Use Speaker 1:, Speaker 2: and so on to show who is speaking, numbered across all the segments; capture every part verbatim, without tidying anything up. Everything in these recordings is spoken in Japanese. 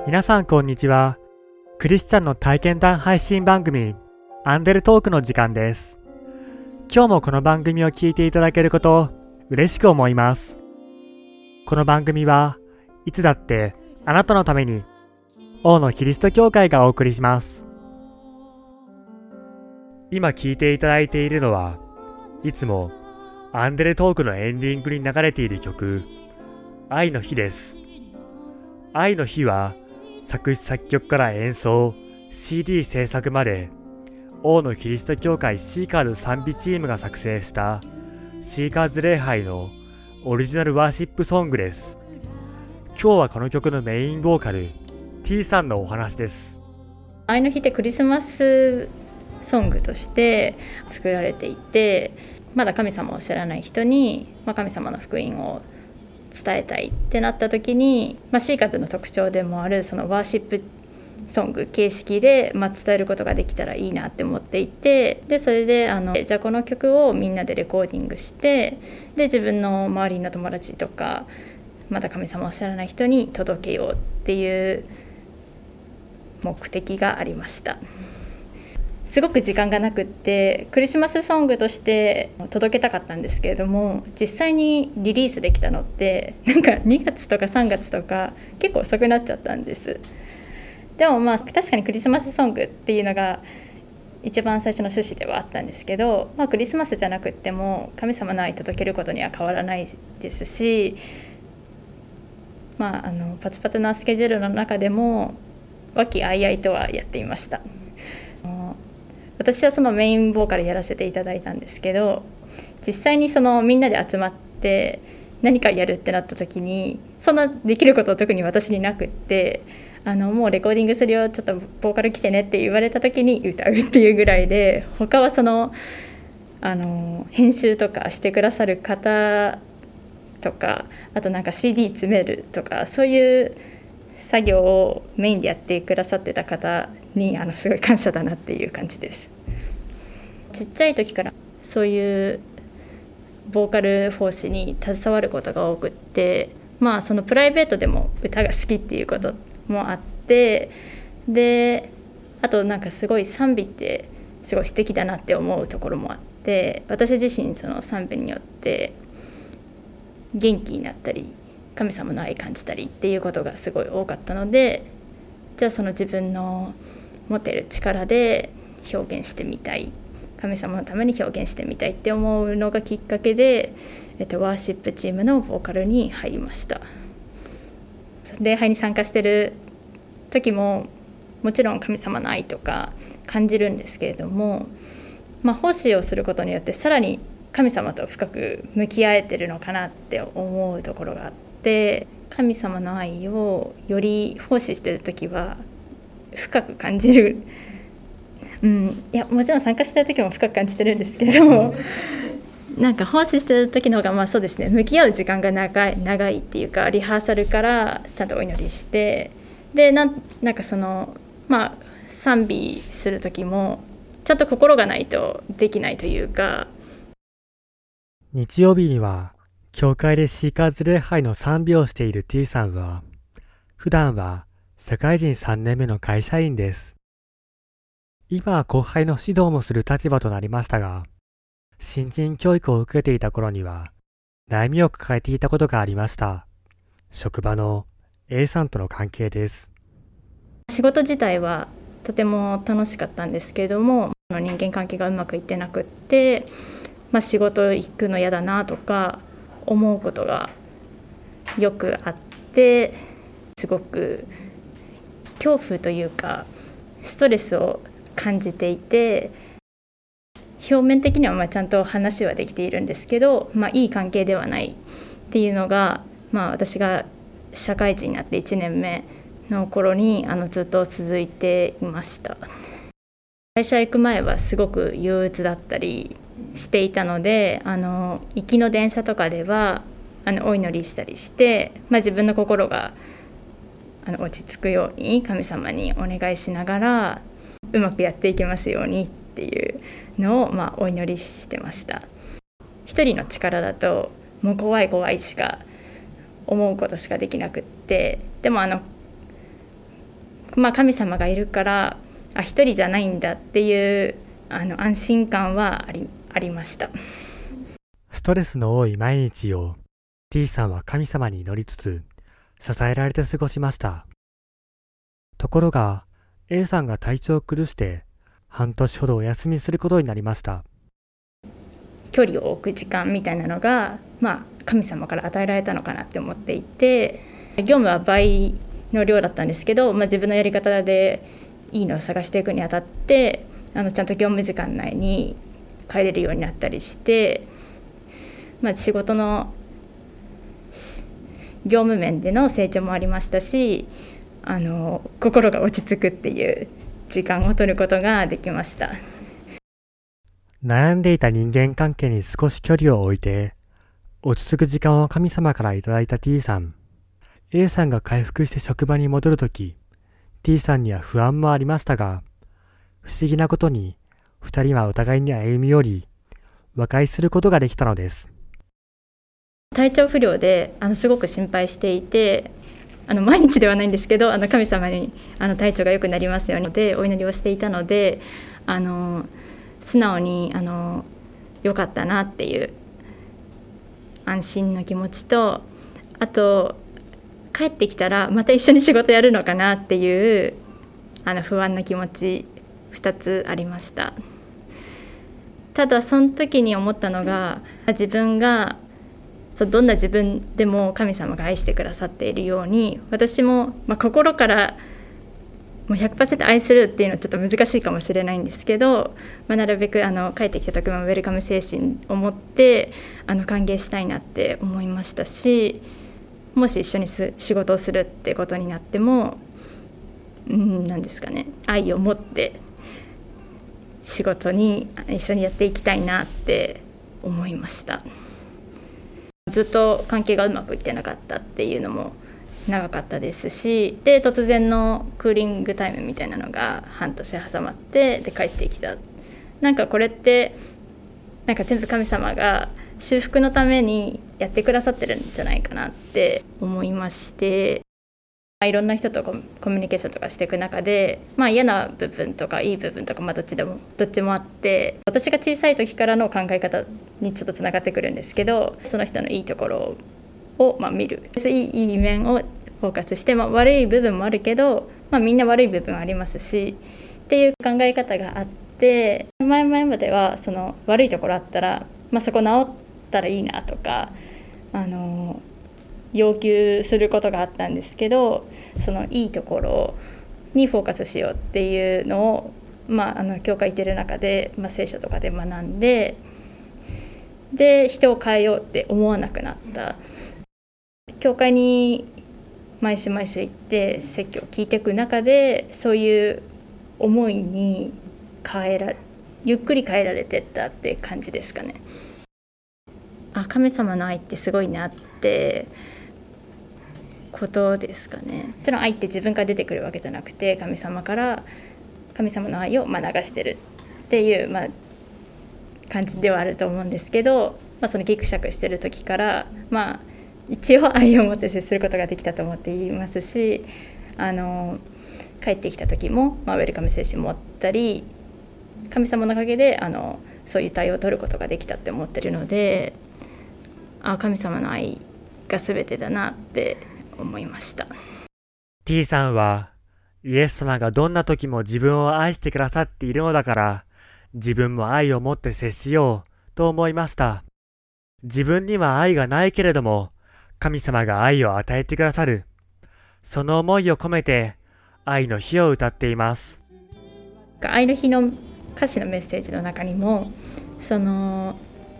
Speaker 1: 皆さんこんにちは。クリスチャンの体験談配信番組アンデルトークの時間です。今日もこの番組を聞いていただけることを嬉しく思います。この番組はいつだってあなたのために王のキリスト教会がお送りします。今聞いていただいているのはいつもアンデルトークのエンディングに流れている曲愛の日です。愛の日は作詞作曲から演奏、シーディー 制作まで王のキリスト教会シーカーズ賛美チームが作成したシーカーズ礼拝のオリジナルワーシップソングです。今日はこの曲のメインボーカル T さんのお話です。
Speaker 2: 愛の日ってクリスマスソングとして作られていて、まだ神様を知らない人に、まあ、神様の福音を伝えたいってなった時に、まあ、シーカーズの特徴でもあるそのワーシップソング形式で、まあ、伝えることができたらいいなって思っていて、でそれであのじゃあこの曲をみんなでレコーディングして、で自分の周りの友達とかまだ神様を知らない人に届けようっていう目的がありました。すごく時間がなくってクリスマスソングとして届けたかったんですけれども、実際にリリースできたのってなんかにがつとかさんがつとか結構遅くなっちゃったんです。でもまあ確かにクリスマスソングっていうのが一番最初の趣旨ではあったんですけど、まあ、クリスマスじゃなくっても神様の愛届けることには変わらないですし、まあ、あのパツパツなスケジュールの中でも和気あいあいとはやっていました。私はそのメインボーカルやらせていただいたんですけど、実際にそのみんなで集まって何かやるってなった時にそんなできることは特に私になくって、あのもうレコーディングするよ、ちょっとボーカル来てねって言われた時に歌うっていうぐらいで、他はそのあの編集とかしてくださる方とか、あとなんか シーディー 詰めるとかそういう作業をメインでやってくださってた方にあのすごい感謝だなっていう感じです。ちっちゃい時からそういうボーカル奉仕に携わることが多くって、まあそのプライベートでも歌が好きっていうこともあって、であとなんかすごい賛美ってすごい素敵だなって思うところもあって、私自身その賛美によって元気になったり神様の愛感じたりっていうことがすごい多かったので、じゃあその自分の持てる力で表現してみたい、神様のために表現してみたいって思うのがきっかけで、えっと、ワーシップチームのボーカルに入りました。礼拝に参加してる時ももちろん神様の愛とか感じるんですけれども、まあ、奉仕をすることによってさらに神様と深く向き合えてるのかなって思うところがあって、神様の愛をより奉仕してる時は深く感じる、うん、いやもちろん参加してる時も深く感じてるんですけどなんか奉仕してる時の方がまあそうですね、向き合う時間が長い長いっていうか、リハーサルからちゃんとお祈りして、でなん、なんかそのまあ賛美する時もちゃんと心がないとできないというか。
Speaker 1: 日曜日には教会でシーカーズ礼拝の賛美をしている T さんは普段は社会人さんねんめの会社員です。今は後輩の指導もする立場となりましたが、新人教育を受けていた頃には悩みを抱えていたことがありました。職場の A さんとの関係です。
Speaker 2: 仕事自体はとても楽しかったんですけれども、人間関係がうまくいってなくって、まあ、仕事行くの嫌だなとか思うことがよくあって、すごく恐怖というかストレスを感じていて、表面的にはまあちゃんと話はできているんですけど、まあ、いい関係ではないっていうのが、まあ、私が社会人になっていちねんめの頃にあのずっと続いていました。会社行く前はすごく憂鬱だったりしていたので、あの行きの電車とかではあのお祈りしたりして、まあ、自分の心があの落ち着くように神様にお願いしながらうまくやっていけますようにっていうのを、まあ、お祈りしてました。一人の力だともう怖い怖いしか思うことしかできなくって、でもあのまあ、神様がいるからあ一人じゃないんだっていうあの安心感はあり、ありました。
Speaker 1: ストレスの多い毎日を T さんは神様に祈りつつ支えられて過ごしました。ところが A さんが体調を崩して半年ほどお休みすることになりました。
Speaker 2: 距離を置く時間みたいなのが、まあ、神様から与えられたのかなって思っていて、業務は倍の量だったんですけど、まあ、自分のやり方でいいのを探していくにあたってあのちゃんと業務時間内に帰れるようになったりして、まあ、仕事の業務面での成長もありましたし、あの心が落ち着くっていう時間を取ることができました。
Speaker 1: 悩んでいた人間関係に少し距離を置いて落ち着く時間を神様からいただいた T さん。 A さんが回復して職場に戻るとき T さんには不安もありましたが、不思議なことに二人はお互いに歩み寄り和解することができたのです。
Speaker 2: 体調不良であのすごく心配していて、あの毎日ではないんですけど、あの神様にあの体調が良くなりますようにでお祈りをしていたので、あの素直にあの良かったなっていう安心の気持ちと、あと帰ってきたらまた一緒に仕事やるのかなっていうあの不安な気持ちふたつありました。ただその時に思ったのが、自分がそうどんな自分でも神様が愛してくださっているように、私も、まあ、心からもう ひゃくパーセント 愛するっていうのはちょっと難しいかもしれないんですけど、まあ、なるべくあの帰ってきた時もウェルカム精神を持ってあの歓迎したいなって思いましたし、もし一緒にす仕事をするってことになっても、うん、なんですかね、愛を持って仕事に一緒にやっていきたいなって思いました。ずっと関係がうまくいってなかったっていうのも長かったですし、で突然のクーリングタイムみたいなのが半年挟まってで帰ってきた。なんかこれってなんか全部神様が修復のためにやってくださってるんじゃないかなって思いまして、いろんな人とコミュニケーションとかしていく中で、まあ、嫌な部分とかいい部分とか、まあ、どっちでもどっちもあって、私が小さい時からの考え方にちょっとつながってくるんですけど、その人のいいところを、まあ、見る、いい、いい面をフォーカスして、まあ、悪い部分もあるけど、まあ、みんな悪い部分ありますしっていう考え方があって、前々まではその悪いところあったら、まあ、そこ直ったらいいなとかあの要求することがあったんですけど、そのいいところにフォーカスしようっていうのを、まあ、あの教会行ってる中で、まあ、聖書とかで学んで、で人を変えようって思わなくなった。教会に毎週毎週行って説教を聞いていく中で、そういう思いに変えられゆっくり変えられてったって感じですかね。あ、神様の愛ってすごいなってことですかね。もちろん愛って自分から出てくるわけじゃなくて、神様から神様の愛をまあ流してるっていう、まあ、感じではあると思うんですけど、まあ、そのギクシャクしてる時から、まあ、一応愛を持って接することができたと思っていますし、あの帰ってきた時も、まあ、ウェルカム精神持ったり、神様のおかげであのそういう対応を取ることができたって思ってるので、あ、神様の愛が全てだなって思いました。
Speaker 1: T さんはイエス様がどんな時も自分を愛してくださっているのだから、自分も愛を持って接しようと思いました。自分には愛がないけれども、神様が愛を与えてくださる。その思いを込めて愛の日を歌っています。
Speaker 2: 愛の日の歌詞のメッセージの中にも、その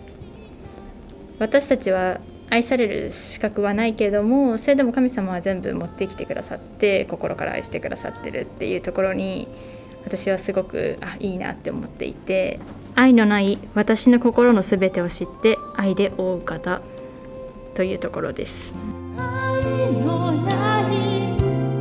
Speaker 2: 私たちは愛される資格はないけれども、それでも神様は全部持ってきてくださって心から愛してくださってるっていうところに、私はすごくあいいなって思っていて、愛のない私の心のすべてを知って愛で覆う方というところです。愛のない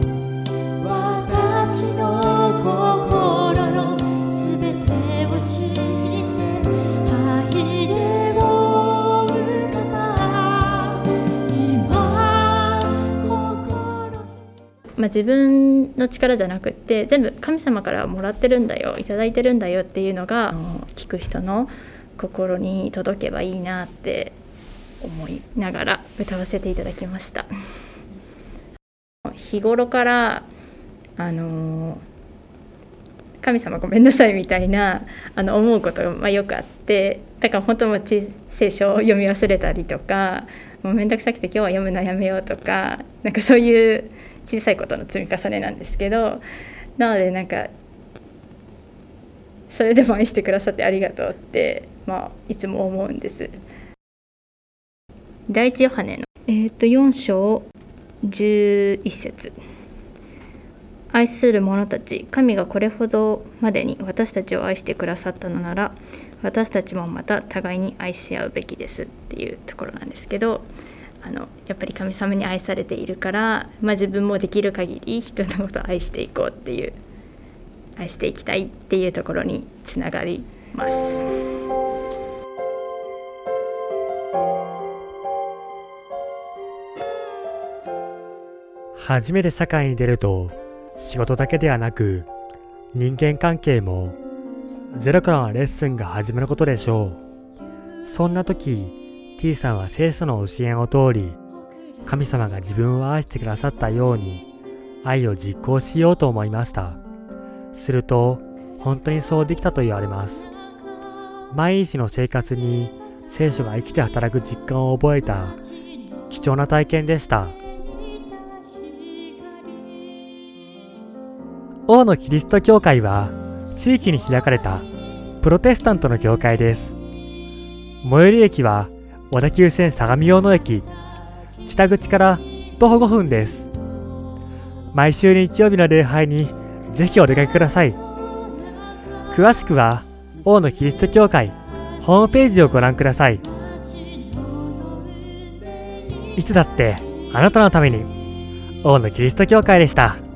Speaker 2: 私の心のすべてを知って愛で覆う方、今心まあ、自分の力じゃなくって全部神様からもらってるんだよ、いただいてるんだよっていうのが聞く人の心に届けばいいなって思いながら歌わせていただきました。日頃からあの神様ごめんなさいみたいなあの思うことがまあよくあって、だから本当もう聖書を読み忘れたりとか、もうめんどくさくて今日は読むのやめようとか、なんかそういう小さいことの積み重ねなんですけど、なのでなんかそれでも愛してくださってありがとうって、まあ、いつも思うんです。第一ヨハネの、えー、とよん章じゅういっ節、愛する者たち、神がこれほどまでに私たちを愛してくださったのなら、私たちもまた互いに愛し合うべきですっていうところなんですけど、あのやっぱり神様に愛されているから、まあ、自分もできる限り人のことを愛していこうっていう、愛していきたいっていうところにつながります。
Speaker 1: 初めて社会に出ると仕事だけではなく人間関係もゼロからのレッスンが始まることでしょう。そんな時 T さんは聖書の教えの通り、神様が自分を愛してくださったように愛を実行しようと思いました。すると本当にそうできたと言われます。毎日の生活に聖書が生きて働く実感を覚えた貴重な体験でした。王のキリスト教会は地域に開かれたプロテスタントの教会です。最寄り駅は小田急線相模大野駅、北口から徒歩ごふんです。毎週日曜日の礼拝にぜひお出かけください。詳しくは王のキリスト教会ホームページをご覧ください。いつだってあなたのために王のキリスト教会でした。